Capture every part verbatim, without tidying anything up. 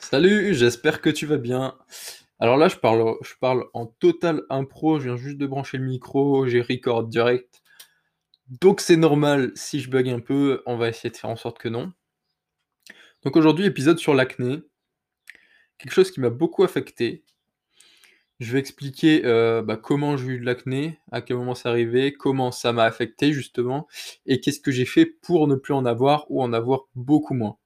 Salut, j'espère que tu vas bien. Alors là, je parle, je parle en total impro, je viens juste de brancher le micro, j'ai record direct. Donc c'est normal si je bug un peu, on va essayer de faire en sorte que non. Donc aujourd'hui, épisode sur l'acné, quelque chose qui m'a beaucoup affecté. Je vais expliquer euh, bah, comment j'ai eu de l'acné, à quel moment c'est arrivé, comment ça m'a affecté justement, et qu'est-ce que j'ai fait pour ne plus en avoir ou en avoir beaucoup moins.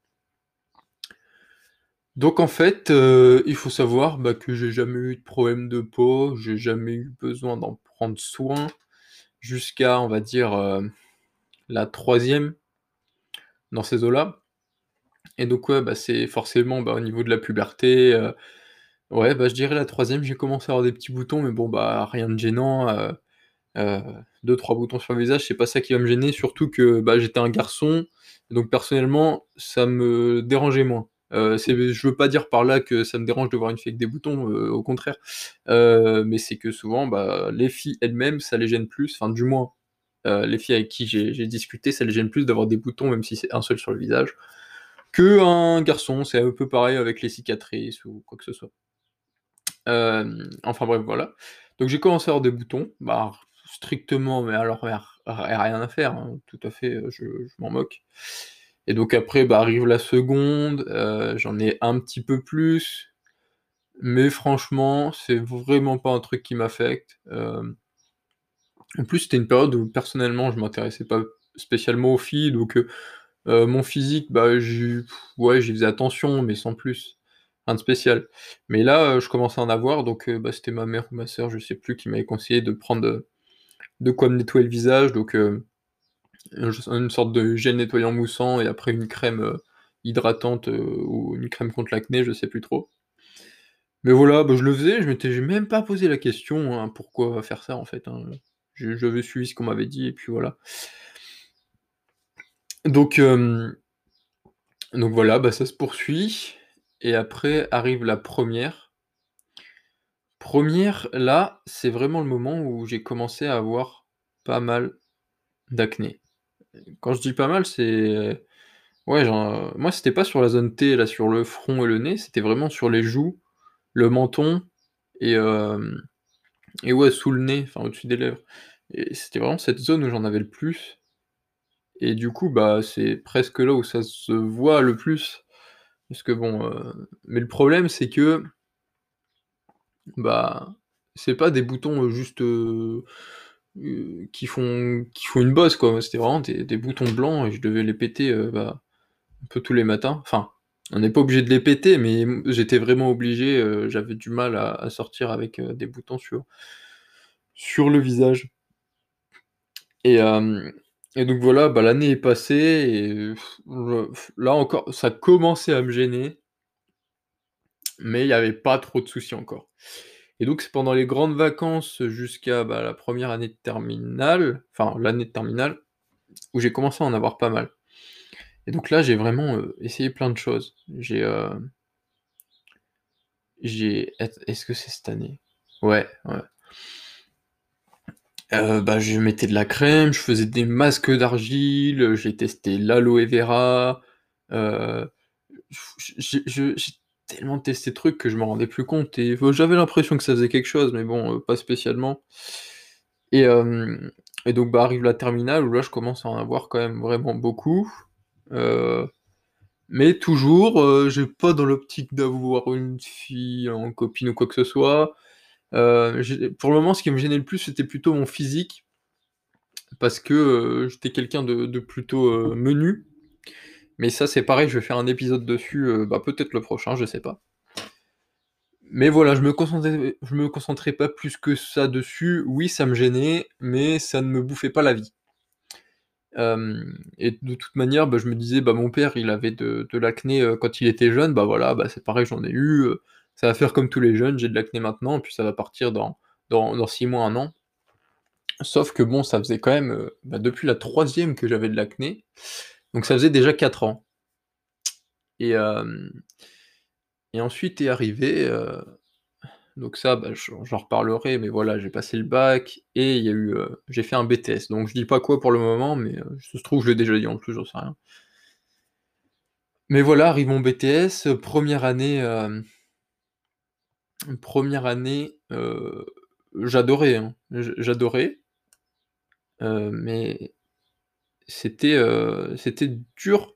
Donc en fait, euh, il faut savoir bah, que j'ai jamais eu de problème de peau, j'ai jamais eu besoin d'en prendre soin jusqu'à, on va dire, euh, la troisième dans ces eaux-là. Et donc ouais, bah, c'est forcément bah, au niveau de la puberté. euh, ouais, bah, je dirais la troisième, j'ai commencé à avoir des petits boutons, mais bon, bah rien de gênant. euh, euh, deux, trois boutons sur le visage, c'est pas ça qui va me gêner, surtout que bah, j'étais un garçon, donc personnellement, ça me dérangeait moins. Euh, c'est, je veux pas dire par là que ça me dérange de voir une fille avec des boutons, euh, au contraire. Euh, mais c'est que souvent, bah, les filles elles-mêmes, ça les gêne plus, enfin du moins, euh, les filles avec qui j'ai j'ai discuté, ça les gêne plus d'avoir des boutons, même si c'est un seul sur le visage, que un garçon, c'est un peu pareil avec les cicatrices ou quoi que ce soit. Euh, enfin bref, voilà. Donc j'ai commencé à avoir des boutons, bah strictement, mais alors y a, y a rien à faire, hein, tout à fait, euh, je, je m'en moque. Et donc après, bah arrive la seconde, euh, j'en ai un petit peu plus, mais franchement, c'est vraiment pas un truc qui m'affecte. Euh, en plus, c'était une période où personnellement, je m'intéressais pas spécialement aux filles, donc euh, euh, mon physique, bah j'y ouais, j'y faisais attention, mais sans plus. Rien de spécial. Mais là, euh, je commençais à en avoir, donc euh, bah, c'était ma mère ou ma sœur, je sais plus, qui m'avait conseillé de prendre euh, de quoi me nettoyer le visage, donc euh, une sorte de gel nettoyant moussant et après une crème euh, hydratante euh, ou une crème contre l'acné, je sais plus trop. Mais voilà, bah, je le faisais, je m'étais j'ai même pas posé la question, hein, pourquoi faire ça en fait, hein. Je- J'avais suivi ce qu'on m'avait dit et puis voilà. Donc, euh, donc voilà, bah, ça se poursuit. Et après arrive la première. Première, là, c'est vraiment le moment où j'ai commencé à avoir pas mal d'acné. Quand je dis pas mal, c'est... Ouais, genre, moi, c'était pas sur la zone T, là, sur le front et le nez, c'était vraiment sur les joues, le menton, et, euh, et ouais, sous le nez, enfin, au-dessus des lèvres. Et c'était vraiment cette zone où j'en avais le plus. Et du coup, bah, c'est presque là où ça se voit le plus. Parce que bon... euh, Mais le problème, c'est que, bah, c'est pas des boutons euh, juste... euh, euh, qui font qui font une bosse quoi. C'était vraiment des, des boutons blancs et je devais les péter euh, bah, un peu tous les matins. Enfin, on n'est pas obligé de les péter, mais j'étais vraiment obligé. Euh, j'avais du mal à, à sortir avec euh, des boutons sur sur le visage. Et euh, et donc voilà, bah, l'année est passée et pff, là encore, ça commençait à me gêner, mais il n'y avait pas trop de soucis encore. Et donc c'est pendant les grandes vacances jusqu'à bah, la première année de terminale, enfin l'année de terminale, où j'ai commencé à en avoir pas mal. Et donc là, j'ai vraiment euh, essayé plein de choses. J'ai, euh, j'ai, est-ce que c'est cette année? Ouais, ouais. Euh, bah, je mettais de la crème, je faisais des masques d'argile, j'ai testé l'aloe vera. euh, j'ai j'ai- j'ai tellement testé de trucs que je me rendais plus compte. Et euh, j'avais l'impression que ça faisait quelque chose, mais bon, euh, pas spécialement. Et, euh, et donc, bah, arrive la terminale où là, je commence à en avoir quand même vraiment beaucoup. Euh, Mais toujours, euh, j'ai pas dans l'optique d'avoir une fille en copine ou quoi que ce soit. Euh, j'ai- pour le moment, ce qui me gênait le plus, c'était plutôt mon physique, parce que euh, j'étais quelqu'un de, de plutôt euh, menu. Mais ça, c'est pareil, je vais faire un épisode dessus, euh, bah, peut-être le prochain, je sais pas. Mais voilà, je me concentrais, je me concentrais pas plus que ça dessus. Oui, ça me gênait, mais ça ne me bouffait pas la vie. Euh, et de toute manière, bah, je me disais, bah, mon père, il avait de, de l'acné euh, quand il était jeune, bah voilà, bah, c'est pareil, j'en ai eu, euh, ça va faire comme tous les jeunes, j'ai de l'acné maintenant, et puis ça va partir dans, dans, dans six mois, un an. Sauf que bon, ça faisait quand même, euh, bah, depuis la troisième que j'avais de l'acné, donc ça faisait déjà quatre ans. Et, euh, et ensuite est arrivé, euh, donc ça, bah, j'en j'en reparlerai, mais voilà, j'ai passé le bac, et il y a eu, euh, j'ai fait un B T S, donc je dis pas quoi pour le moment, mais euh, ça se trouve, je l'ai déjà dit en plus, j'en sais rien. Mais voilà, arrive mon B T S, heu, première année, hem, première année, heu, j'adorais, hein, j j'adorais, heu, mais c'était, heu, c'était dur,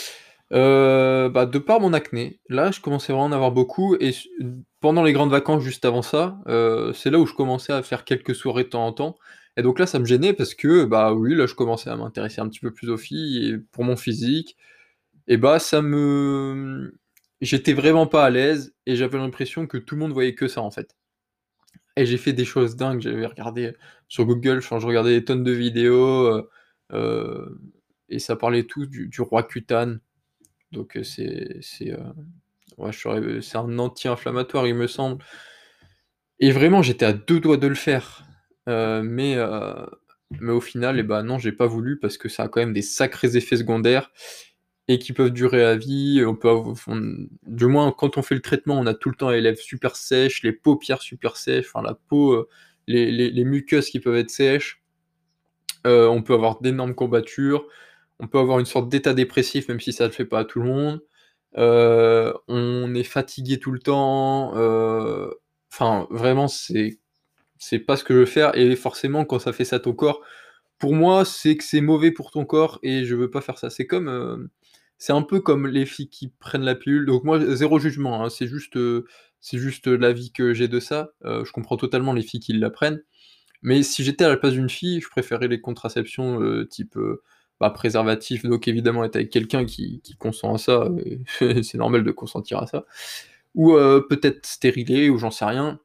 heu, bah, de par mon acné. Là, je commençais vraiment à en avoir beaucoup et su pendant les grandes vacances juste avant ça, heu, c'est là où je commençais à faire quelques soirées de temps en temps et donc là, ça me gênait parce que, bah, oui, là, je commençais à m'intéresser un petit peu plus aux filles et pour mon physique et bah, ça me j'étais vraiment pas à l'aise et j'avais l'impression que tout le monde voyait que ça, en fait et j'ai fait des choses dingues. J'avais regardé sur Google, enfin, je regardais des tonnes de vidéos, heu heu et ça parlait tout du du Roaccutane. Donc, heu, c'est c'est, heu, ouais, je saurais c'est un anti-inflammatoire, il me semble et vraiment, j'étais à deux doigts de le faire, heu, mais heu, mais au final et bah, non, j'ai pas voulu parce que ça a quand même des sacrés effets secondaires et qui peuvent durer à vie. On peut av enfin, du moins quand on fait le traitement, on a tout le temps les lèvres super sèches, les paupières super sèches, enfin la peau, heu, les les les muqueuses qui peuvent être sèches. Heu, on peut avoir d'énormes courbatures, on peut avoir une sorte d'état dépressif même si ça le fait pas à tout le monde. Heu, on est fatigué tout le temps, heu, enfin vraiment c'est c'est pas ce que je veux faire et forcément quand ça fait ça à ton corps, pour moi, c'est que c'est mauvais pour ton corps et je veux pas faire ça. C'est comme, hem, c'est un peu comme les filles qui prennent la pilule, donc moi, zéro jugement, hein, c'est juste, heu, c'est juste, l'avis que j'ai de ça. Heu, je comprends totalement les filles qui la prennent, mais si j'étais à la place d'une fille, je préférerais les contraceptions, heu, type, heu, bah, préservatif, donc évidemment être avec quelqu'un qui qui consent à ça et c'est normal de consentir à ça ou, heu, peut-être stérilet ou j'en sais rien,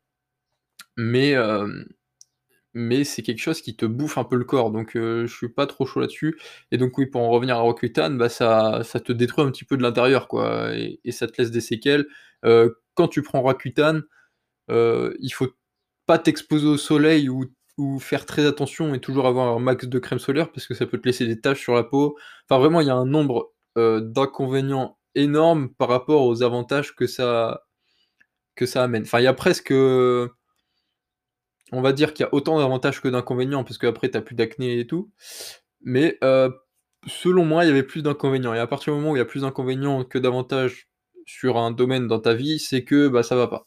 mais hem mais c'est quelque chose qui te bouffe un peu le corps, donc heu, je suis pas trop chaud là-dessus et donc oui, pour en revenir à Roaccutane, bah, ça ça te détruit un petit peu de l'intérieur, quoi et et ça te laisse des séquelles. Heu, quand tu prends Roaccutane, heu, il faut pas t'exposer au soleil ou ou faire très attention et toujours avoir un max de crème solaire parce que ça peut te laisser des taches sur la peau. Enfin vraiment, il y a un nombre, heu, d'inconvénients énormes par rapport aux avantages que ça que ça amène. Enfin, il y a presque, heu on va dire qu'il y a autant d'avantages que d'inconvénients, parce qu'après tu as plus d'acné et tout, mais heu, selon moi, il y avait plus d'inconvénients et à partir du moment où il y a plus d'inconvénients que d'avantages sur un domaine dans ta vie, c'est que, bah, ça va pas.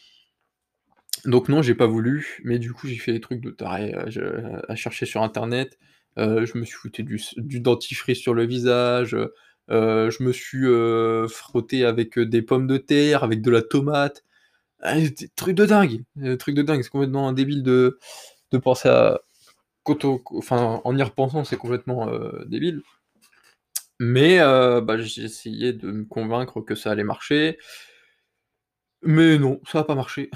Donc non, j'ai pas voulu, mais du coup, j'ai fait des trucs de taré, heu, je à chercher sur internet, heu, je me suis foutu du s du dentifrice sur le visage, heu heu, je me suis, heu, frotté avec, heu, des pommes de terre, avec de la tomate, ah, des trucs de dingue, heu, trucs de dingue. C'est complètement débile de de penser à quand on enfin, en y repensant, c'est complètement, heu, débile. Mais heu, bah, j'ai essayé de me convaincre que ça allait marcher, mais non, ça a pas marché.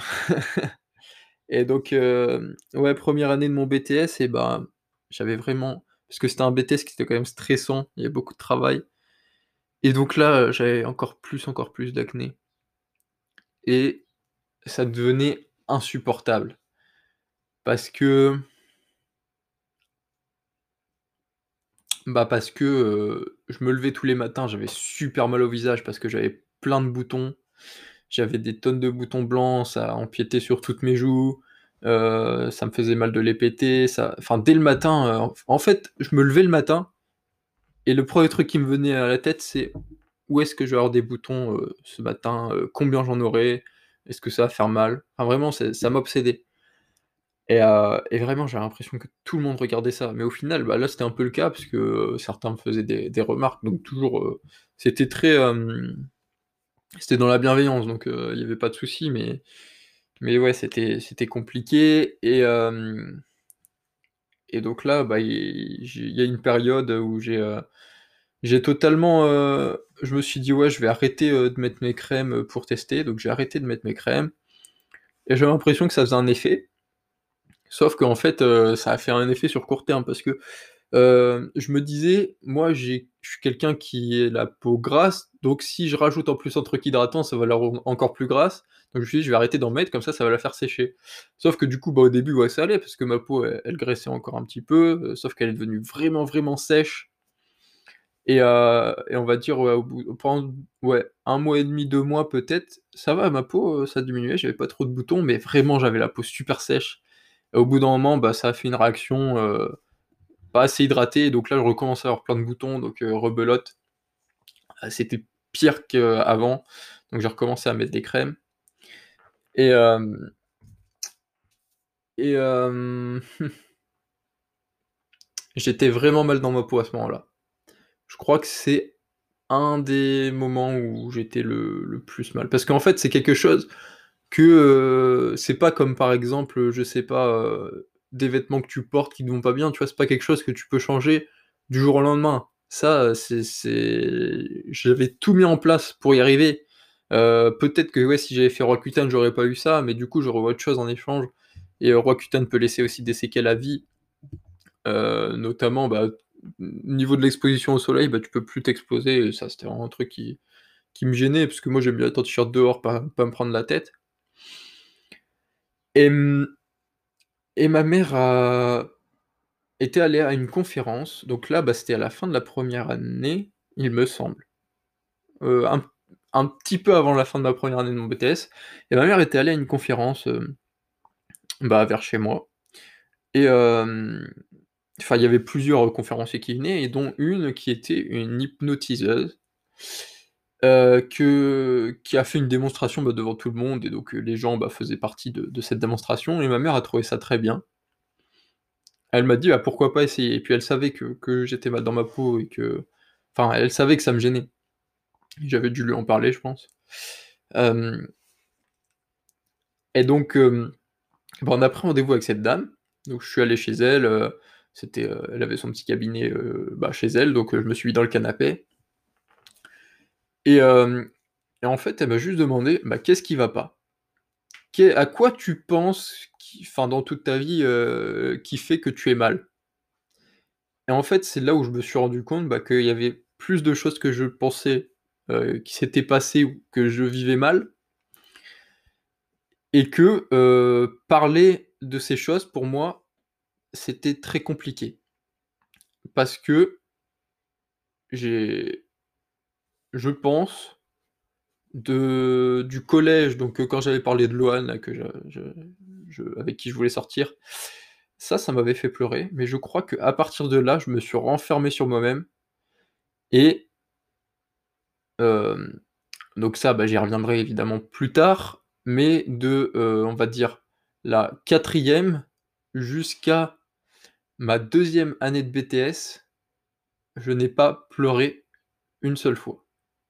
Et donc hem, ouais, première année de mon B T S et bah, j'avais vraiment parce que c'était un B T S qui était quand même stressant, il y avait beaucoup de travail et donc là, heu, j'avais encore plus, encore plus d'acné et ça devenait insupportable parce que, bah, parce que, heu, je me levais tous les matins, j'avais super mal au visage parce que j'avais plein de boutons. J'avais des tonnes de boutons blancs, ça empiétait sur toutes mes joues, heu, ça me faisait mal de les péter, ça enfin dès le matin, heu, en en fait, je me levais le matin et le premier truc qui me venait à la tête, c'est: «Où est-ce que je vais avoir des boutons, heu, ce matin? Heu, combien j'en aurai? Est-ce que ça va faire mal?» Enfin vraiment, c'est ça m'obsédait et heu et vraiment j'avais l'impression que tout le monde regardait ça. Mais au final, bah, là, c'était un peu le cas parce que, heu, certains me faisaient des des remarques donc toujours, heu, c'était très, hem, c'était dans la bienveillance donc heu, il y avait pas de souci mais Mais ouais, c'était c'était compliqué et hem et donc là, bah, il j'ai il y a une période où j'ai, heu, j'ai totalement, heu, je me suis dit: «Ouais, je vais arrêter, heu, de mettre mes crèmes, heu, pour tester», donc j'ai arrêté de mettre mes crèmes et j'avais l'impression que ça faisait un effet, sauf qu'en fait, heu, ça a fait un effet sur court terme parce que Heu, je me disais: «Moi, j'ai je suis quelqu'un qui est la peau grasse, donc si je rajoute en plus un truc hydratant, ça va la rendre encore plus grasse». Donc je me suis dit: «Je vais arrêter d'en mettre, comme ça, ça va la faire sécher». Sauf que du coup, bah, au début, ouais, ça allait parce que ma peau, elle elle graissait encore un petit peu, heu, sauf qu'elle est devenue vraiment, vraiment sèche et heu et on va dire, ouais, au bout pendant ouais, un mois et demi, deux mois peut-être, ça va, ma peau, heu, ça diminuait, j'avais pas trop de boutons, mais vraiment, j'avais la peau super sèche et au bout d'un moment, bah, ça a fait une réaction, heu pas assez hydraté, donc là je recommence à avoir plein de boutons, donc heu, rebelote. Ah c'était pire qu'avant, donc j'ai recommencé à mettre des crèmes et hem et hem, j'étais vraiment mal dans ma peau à ce moment-là. Je crois que c'est un des moments où j'étais le le plus mal. Parce qu'en fait, c'est quelque chose que, heu, c'est pas comme par exemple, heu, je sais pas, heu, des vêtements que tu portes qui te vont pas bien, tu vois? C'est pas quelque chose que tu peux changer du jour au lendemain. Ça, heu, c'est c'est j'avais tout mis en place pour y arriver. Heu, peut-être que ouais, si j'avais fait Roaccutane, j'aurais pas eu ça, mais du coup, j'aurais eu autre chose en échange et heu, Roaccutane peut laisser aussi des séquelles à vie, heu, notamment, bah, au niveau de l'exposition au soleil, bah, tu peux plus t'exposer et ça, c'était vraiment un truc qui qui me gênait parce que moi, j'aime bien être en t-shirt dehors, pas pas me prendre la tête. Et mmh et ma mère a était allée à une conférence, donc là, bah, c'était à la fin de la première année, il me semble, heu, un un petit peu avant la fin de ma première année de mon B T S et ma mère était allée à une conférence, hem, bah, vers chez moi et hem, enfin, il y avait plusieurs, heu, conférenciers qui venaient et dont une qui était une hypnotiseuse, heu, que qui a fait une démonstration, bah, devant tout le monde et donc heu, les gens, bah, faisaient partie de de cette démonstration et ma mère a trouvé ça très bien. Elle m'a dit: «Bah, pourquoi pas essayer?» et puis elle savait que que j'étais mal dans ma peau et que enfin, elle savait que ça me gênait. J'avais dû lui en parler, je pense. Hem et donc hem, bah, on a pris rendez-vous avec cette dame, donc je suis allé chez elle, heu, c'était, heu, elle avait son petit cabinet, heu, bah, chez elle, donc heu, je me suis mis dans le canapé et hem et en fait, elle m'a juste demandé: «Bah, qu'est-ce qui va pas? Qu'est à quoi tu penses qui enfin, dans toute ta vie, heu, qui fait que tu es mal?» Et en fait, c'est là où je me suis rendu compte, bah, qu'il y avait plus de choses que je pensais, heu, qui s'étaient passées ou que je vivais mal et que, heu, parler de ces choses pour moi, c'était très compliqué. Parce que j'ai je pense, de du collège, donc heu, quand j'avais parlé de Loan là, que je je je avec qui je voulais sortir, ça, ça m'avait fait pleurer, mais je crois qu'à partir de là, je me suis renfermé sur moi-même et hem donc ça, bah, j'y reviendrai évidemment plus tard, mais de, heu, on va dire la quatrième jusqu'à ma deuxième année de B T S, je n'ai pas pleuré une seule fois.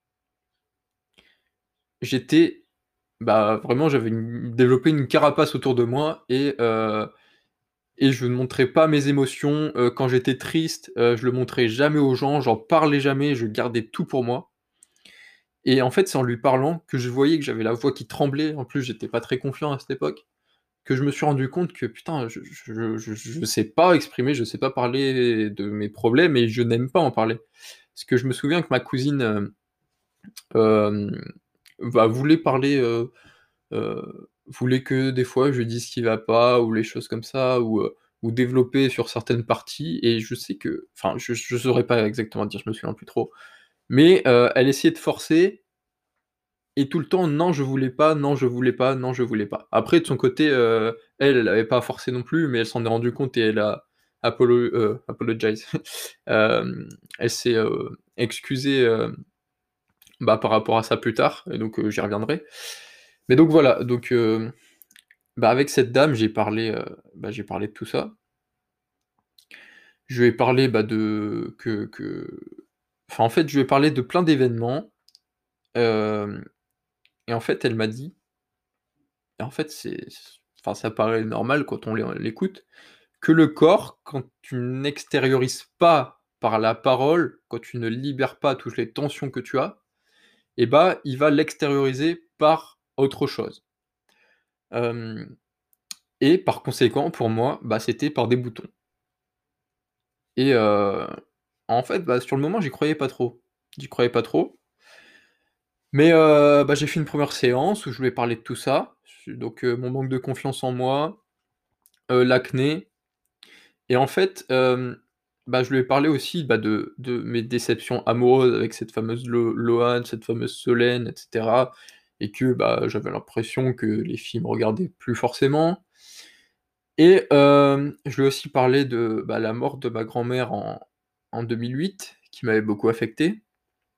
J'étais bah, vraiment j'avais une développé une carapace autour de moi et heu et je ne montrais pas mes émotions, heu, quand j'étais triste, heu, je le montrais jamais aux gens, j'en parlais jamais, je gardais tout pour moi et en fait, c'est en lui parlant que je voyais que j'avais la voix qui tremblait, en plus j'étais pas très confiant à cette époque. Que je me suis rendu compte que putain, je je je je sais pas exprimer, je sais pas parler de mes problèmes et je n'aime pas en parler. Parce que je me souviens que ma cousine, hem, hem, bah, voulait parler, heu heu, voulait que des fois je lui dise ce qui va pas ou les choses comme ça ou heu, ou développer sur certaines parties et je sais que enfin, je je saurais pas exactement dire, je me souviens plus trop. Mais heu, elle essayait de forcer et tout le temps: «Non, je voulais pas, non, je voulais pas, non, je voulais pas». Après de son côté, heu, elle, elle avait pas forcé non plus, mais elle s'en est rendue compte et elle a apolo heu, apologize. Hem, elle s'est, heu, excusée, hem, bah, par rapport à ça plus tard et donc heu, j'y reviendrai. Mais donc voilà, donc hem, bah, avec cette dame, j'ai parlé, heu, bah, j'ai parlé de tout ça. Je lui ai parlé, bah, de que que enfin, en fait, je lui ai parlé de plein d'événements, hem et en fait, elle m'a dit et en fait, c'est enfin, ça paraît normal quand on l'é l'écoute, que le corps, quand tu n'extériorises pas par la parole, quand tu ne libères pas toutes les tensions que tu as, et bah, il va l'extérioriser par autre chose. Hem et par conséquent, pour moi, bah, c'était par des boutons et heu, en fait, bah, sur le moment, j'y croyais pas trop. J'y croyais pas trop, mais heu, bah, j'ai fait une première séance où je lui ai parlé de tout ça, su donc heu, mon manque de confiance en moi, heu, l'acné. Et en fait, hem, bah, je lui ai parlé aussi, bah, de de mes déceptions amoureuses avec cette fameuse Lo Loane, cette fameuse Solène et cetera et que, bah, j'avais l'impression que les filles me regardaient plus forcément et hem, je lui ai aussi parlé de, bah, la mort de ma grand-mère en en deux mille huit qui m'avait beaucoup affecté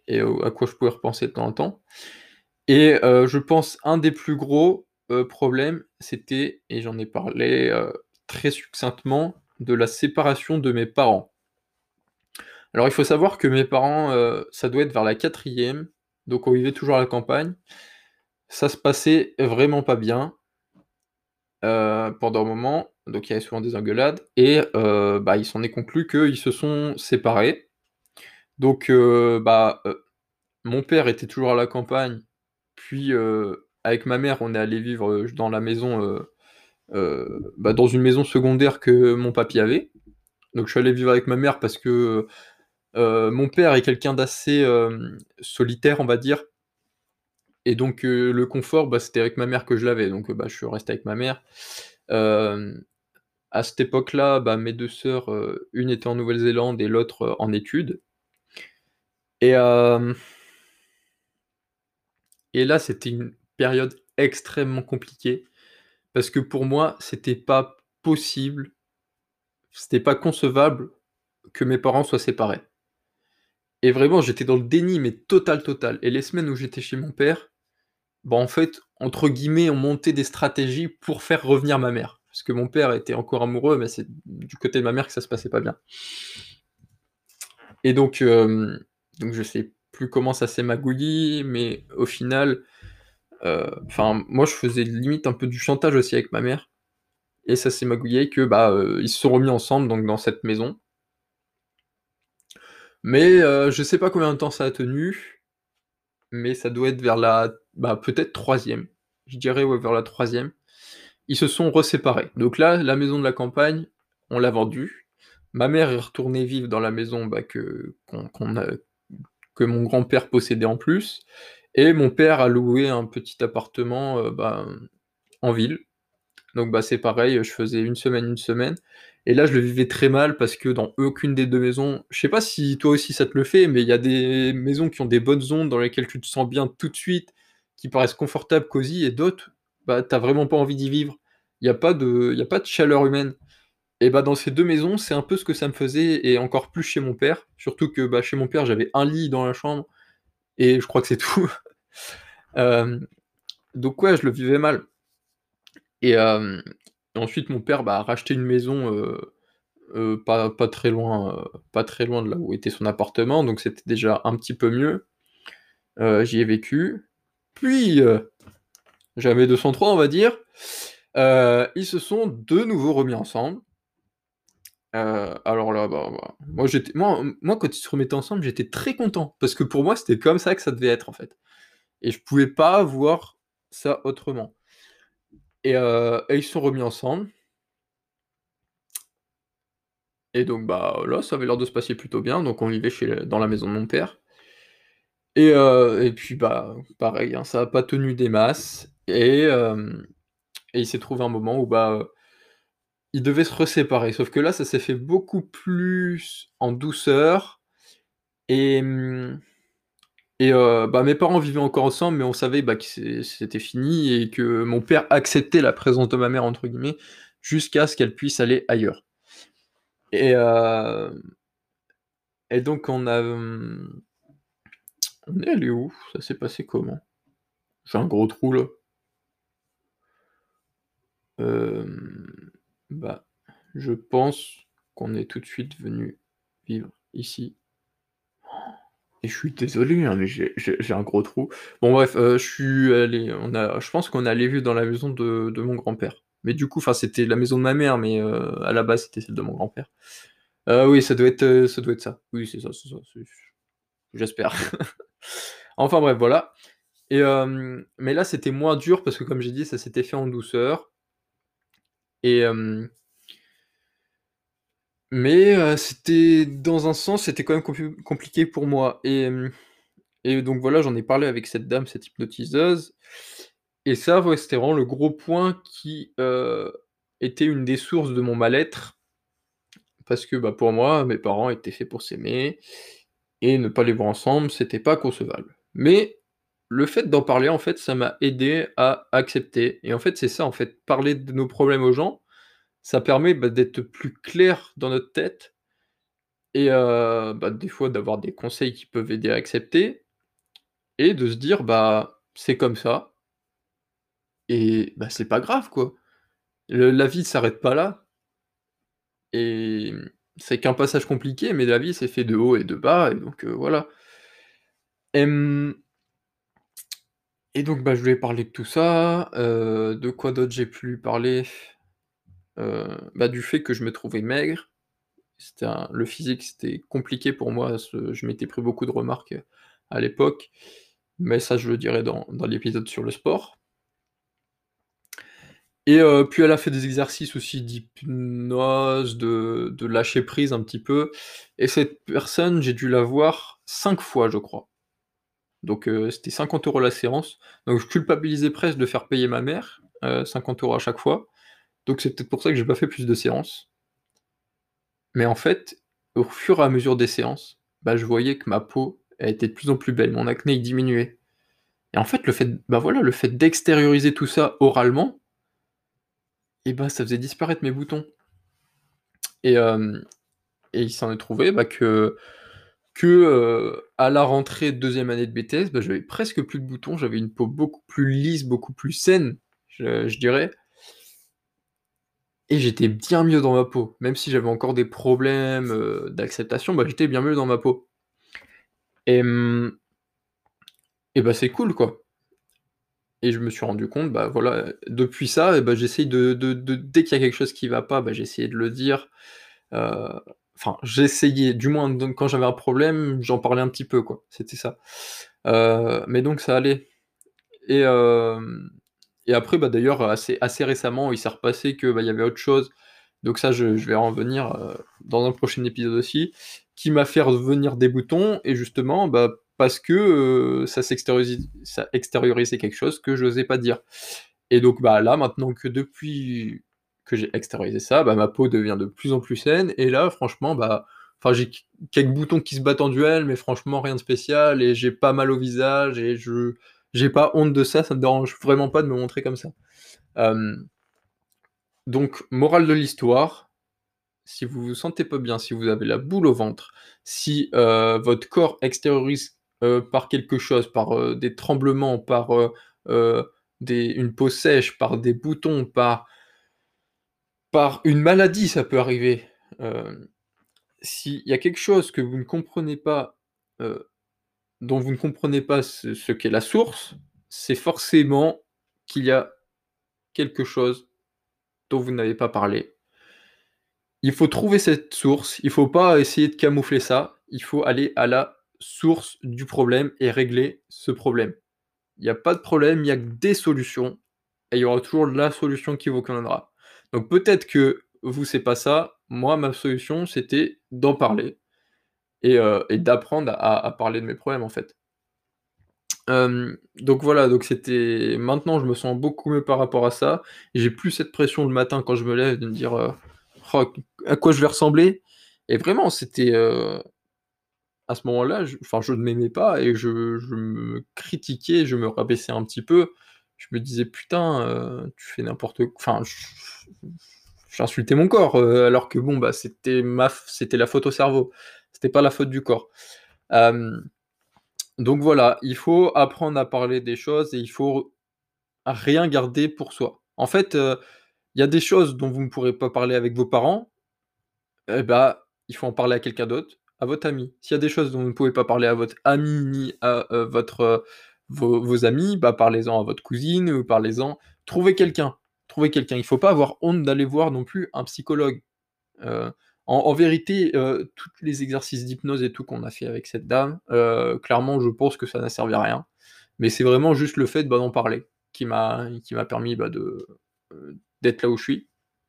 et au à quoi je pouvais repenser de temps en temps et heu, je pense un des plus gros, heu, problèmes, c'était et j'en ai parlé, heu, très succinctement, de la séparation de mes parents. Alors il faut savoir que mes parents, heu, ça doit être vers la quatrième, donc on vivait toujours à la campagne. Ça se passait vraiment pas bien, heu, pendant un moment, donc il y avait souvent des engueulades et heu, bah, il s'en est conclu qu'ils se sont séparés. Donc heu, bah, heu, mon père était toujours à la campagne, puis, heu, avec ma mère, on est allés vivre, heu, dans la maison, heu heu, bah, dans une maison secondaire que mon papy avait. Donc je suis allé vivre avec ma mère parce que, heu, mon père est quelqu'un d'assez, hem, solitaire, on va dire et donc heu, le confort, bah, c'était avec ma mère que je l'avais, donc heu, bah, je suis resté avec ma mère. Hem, à cette époque-là, bah, mes deux sœurs, heu, une était en Nouvelle-Zélande et l'autre, heu, en études et hem et là, c'était une période extrêmement compliquée parce que pour moi, c'était pas possible, c'était pas concevable que mes parents soient séparés et vraiment, j'étais dans le déni, mais total, total et les semaines où j'étais chez mon père, bah, en fait, entre guillemets, «on montait des stratégies pour faire revenir ma mère». Parce que mon père était encore amoureux, mais c'est du côté de ma mère que ça se passait pas bien. Et donc, hem, donc je sais plus comment ça s'est magouilli, mais au final, heu, enfin, moi, je faisais limite un peu du chantage aussi avec ma mère et ça s'est magouillé que, bah, heu, ils se sont remis ensemble donc dans cette maison. Mais, heu, je sais pas combien de temps ça a tenu, mais ça doit être vers la bah, peut-être troisième. Je dirais, ouais, vers la troisième. Ils se sont reséparés. Donc là, la maison de la campagne, on l'a vendue. Ma mère est retournée vivre dans la maison, bah, que qu'on qu'on a que mon grand-père possédait en plus et mon père a loué un petit appartement, heu, bah, en ville. Donc bah, c'est pareil, je faisais une semaine, une semaine et là, je le vivais très mal parce que dans aucune des deux maisons je sais pas si toi aussi ça te le fait, mais il y a des maisons qui ont des bonnes zones dans lesquelles tu te sens bien tout de suite, qui paraissent confortables, cosy et d'autres, bah, tu as vraiment pas envie d'y vivre. Il y a pas de il y a pas de chaleur humaine et bah, dans ces deux maisons, c'est un peu ce que ça me faisait et encore plus chez mon père. Surtout que, bah, chez mon père, j'avais un lit dans la chambre et je crois que c'est tout. Hem, donc ouais, je le vivais mal et hem, ensuite mon père, bah, a racheté une maison, heu heu, pas pas très loin, heu, pas très loin de là où était son appartement, donc c'était déjà un petit peu mieux. Heu, j'y ai vécu. Puis, heu, jamais deux cent trois on va dire, heu, ils se sont de nouveau remis ensemble. Heu, alors là, bah bah, moi j'étais moi moi quand ils se remettaient ensemble, j'étais très content parce que pour moi, c'était comme ça que ça devait être, en fait et je pouvais pas voir ça autrement et heu et ils se sont remis ensemble et donc bah, là, ça avait l'air de se passer plutôt bien, donc on vivait chez le dans la maison de mon père et heu et puis, bah, pareil, hein, ça a pas tenu des masses et hem et il s'est trouvé un moment où, bah, heu, ils devaient se reséparer. Sauf que là, ça s'est fait beaucoup plus en douceur et mmh et heu, bah, mes parents vivaient encore ensemble, mais on savait, bah, que c'est c'était fini et que mon père acceptait «la présence de ma mère» entre guillemets, jusqu'à ce qu'elle puisse aller ailleurs et hem et donc on a, hem, on est allé où? Ça s'est passé comment? J'ai un gros trou là. Hem, bah, je pense qu'on est tout de suite venu vivre ici et je suis désolé, hein, mais j'ai j'ai j'ai un gros trou. Bon bref, heu, je suis allé on a je pense qu'on est allé vivre dans la maison de de mon grand-père. Mais du coup, enfin, c'était la maison de ma mère, mais heu, à la base, c'était celle de mon grand-père. Heu, oui, ça doit être, heu, ça doit être ça. Oui, c'est ça, c'est ça, c'est j'espère. Enfin bref, voilà et hem, mais là, c'était moins dur parce que comme j'ai dit, ça s'était fait en douceur et hem mais heu, c'était dans un sens, c'était quand même complu compliqué pour moi et hem et donc voilà, j'en ai parlé avec cette dame, cette hypnotiseuse et ça, ouais, c'était vraiment le gros point qui, heu, était une des sources de mon mal-être parce que, bah, pour moi, mes parents étaient faits pour s'aimer et ne pas les voir ensemble, c'était pas concevable. Mais le fait d'en parler, en fait, ça m'a aidé à accepter et en fait, c'est ça, en fait, parler de nos problèmes aux gens, ça permet, bah, d'être plus clair dans notre tête et heu, bah, des fois d'avoir des conseils qui peuvent aider à accepter et de se dire: «Bah, c'est comme ça» et bah, c'est pas grave, quoi. Le la vie s'arrête pas là et mmh, c'est qu'un passage compliqué, mais la vie, c'est fait de hauts et de bas et donc heu, voilà. Hem et donc bah, je lui ai parlé de tout ça, heu, de quoi d'autre j'ai pu lui parler? Heu, bah, du fait que je me trouvais maigre. C'était un le physique, c'était compliqué pour moi, ce je m'étais pris beaucoup de remarques, heu, à l'époque, mais ça, je le dirai dans dans l'épisode sur le sport. Et heu, puis elle a fait des exercices aussi d'hypnose, de de lâcher prise un petit peu et cette personne, j'ai dû la voir cinq fois, je crois. Donc heu, c'était cinquante euros la séance, donc je culpabilisais presque de faire payer ma mère, heu, cinquante euros à chaque fois, donc c'est peut-être pour ça que j'ai pas fait plus de séances. Mais en fait, au fur et à mesure des séances, bah, je voyais que ma peau, elle était de plus en plus belle, mon acné, il diminuait et en fait, le fait bah, voilà, le fait d'extérioriser tout ça oralement et bah, ça faisait disparaître mes boutons et hem et il s'en est trouvé, bah, que que, heu, à la rentrée de deuxième année de B T S, bah, j'avais presque plus de boutons, j'avais une peau beaucoup plus lisse, beaucoup plus saine, je je dirais et j'étais bien mieux dans ma peau. Même si j'avais encore des problèmes, heu, d'acceptation, bah, j'étais bien mieux dans ma peau et mmh et bah, c'est cool, quoi et je me suis rendu compte, bah, voilà, heu, depuis ça et bah, j'essaye de de de dès qu'il y a quelque chose qui va pas, bah, j'essayais de le dire, heu, enfin, j'essayais, du moins donc quand j'avais un problème, j'en parlais un petit peu, quoi, c'était ça. Heu, mais donc ça allait et hem et après, bah, d'ailleurs, assez assez récemment, il s'est repassé que, bah, il y avait autre chose, donc ça, je je vais en venir, heu, dans un prochain épisode aussi, qui m'a fait revenir des boutons et justement, bah, parce que, heu, ça s'extériorise ça extériorisait quelque chose que j'osais pas dire et donc bah, là, maintenant que depuis que j'ai extériorisé ça, bah, ma peau devient de plus en plus saine et là, franchement, bah, enfin, j'ai q quelques boutons qui se battent en duel, mais franchement rien de spécial et j'ai pas mal au visage et je j'ai pas honte de ça, ça me dérange vraiment pas de me montrer comme ça. Hem, donc morale de l'histoire, si vous vous sentez pas bien, si vous avez la boule au ventre, si, heu, votre corps extériorise, heu, par quelque chose, par, heu, des tremblements, par, heu heu, des une peau sèche, par des boutons, par par une maladie, ça peut arriver. Hem, s'il y a quelque chose que vous ne comprenez pas, heu, dont vous ne comprenez pas ce ce qu'est la source, c'est forcément qu'il y a quelque chose dont vous n'avez pas parlé. Il faut trouver cette source, il faut pas essayer de camoufler ça, il faut aller à la source du problème et régler ce problème. Il y a pas de problème, il y a que des solutions et il y aura toujours la solution qui vous conviendra. Donc peut-être que vous, c'est pas ça, moi, ma solution, c'était d'en parler et heu et d'apprendre à à parler de mes problèmes, en fait. Hem, donc voilà, donc c'était maintenant je me sens beaucoup mieux par rapport à ça. J'ai plus cette pression le matin quand je me lève de me dire, heu: «Oh, à quoi je vais ressembler?» et vraiment c'était, heu, à ce moment-là, je enfin je ne m'aimais pas et je je me critiquais, je me rabaissais un petit peu. Je me disais: «Putain, heu, tu fais n'importe q» enfin j j'insultais mon corps, heu, alors que bon, bah, c'était ma f c'était la faute au cerveau. C'était pas la faute du corps. Hem Donc voilà, il faut apprendre à parler des choses et il faut rien garder pour soi. En fait, heu, il y a des choses dont vous ne pourrez pas parler avec vos parents, et bah, il faut en parler à quelqu'un d'autre, à votre ami. S'il y a des choses dont vous ne pouvez pas parler à votre ami ni à, heu, votre, heu, vos vos amis, bah, parlez-en à votre cousine ou parlez-en trouvez quelqu'un, trouvez quelqu'un. Il faut pas avoir honte d'aller voir non plus un psychologue. Heu, en en vérité, heu, tous les exercices d'hypnose et tout qu'on a fait avec cette dame, heu, clairement, je pense que ça n'a servi à rien. Mais c'est vraiment juste le fait, bah, d'en parler qui m'a qui m'a permis, bah, de, heu, d'être là où je suis.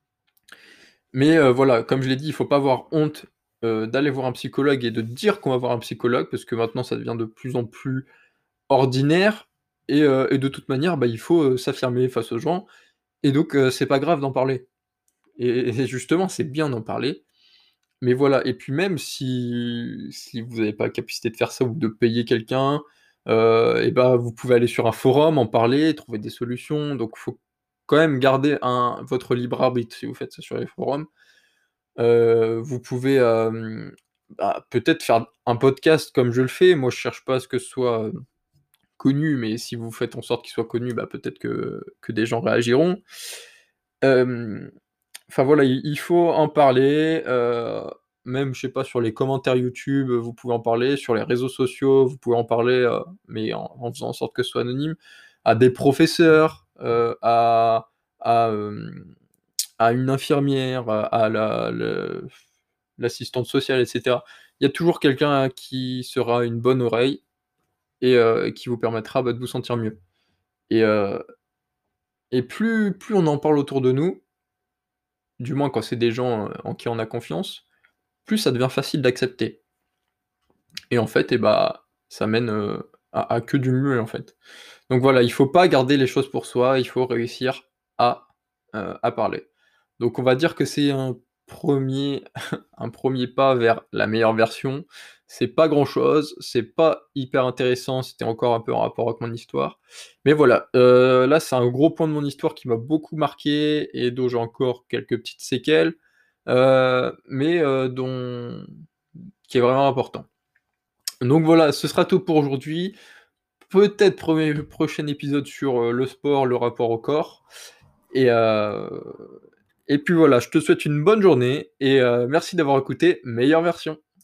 Mais heu, voilà, comme je l'ai dit, il faut pas avoir honte, heu, d'aller voir un psychologue et de dire qu'on va voir un psychologue parce que maintenant ça devient de plus en plus ordinaire et heu et de toute manière, bah, il faut, heu, s'affirmer face aux gens et donc heu, c'est pas grave d'en parler et et justement, c'est bien d'en parler. Mais voilà et puis même si si vous avez pas la capacité de faire ça ou de payer quelqu'un, heu et bah, vous pouvez aller sur un forum, en parler, trouver des solutions. Donc faut quand même garder un votre libre arbitre si vous faites ça sur les forums. Heu, vous pouvez, hem, bah, peut-être faire un podcast comme je le fais. Moi, je cherche pas à ce que ce soit, connu, mais si vous faites en sorte qu'il soit connu, bah, peut-être que que des gens réagiront. Hem, enfin voilà, il il faut en parler, heu, même, je sais pas, sur les commentaires YouTube, heu, vous pouvez en parler, sur les réseaux sociaux, vous pouvez en parler, heu, mais en en faisant en sorte que ce soit anonyme, à des professeurs, heu, à à, hem, à une infirmière, à à la le l'assistante sociale et cetera. Il y a toujours quelqu'un qui sera une bonne oreille et heu, qui vous permettra, bah, de vous sentir mieux et heu et plus plus on en parle autour de nous, du moins quand c'est des gens, heu, en qui on a confiance, plus ça devient facile d'accepter et en fait et bah, ça mène, heu, à à que du mieux, en fait. Donc voilà, il faut pas garder les choses pour soi, il faut réussir à, heu, à parler. Donc on va dire que c'est un premier un premier pas vers la meilleure version. C'est pas grand-chose, c'est pas hyper intéressant, c'était encore un peu en rapport avec mon histoire. Mais voilà, heu, là, c'est un gros point de mon histoire qui m'a beaucoup marqué et dont j'ai encore quelques petites séquelles, heu, mais heu, dont qui est vraiment important. Donc voilà, ce sera tout pour aujourd'hui. Peut-être premier prochain épisode sur, heu, le sport, le rapport au corps et heu et puis voilà, je te souhaite une bonne journée et heu, merci d'avoir écouté Meilleure Version.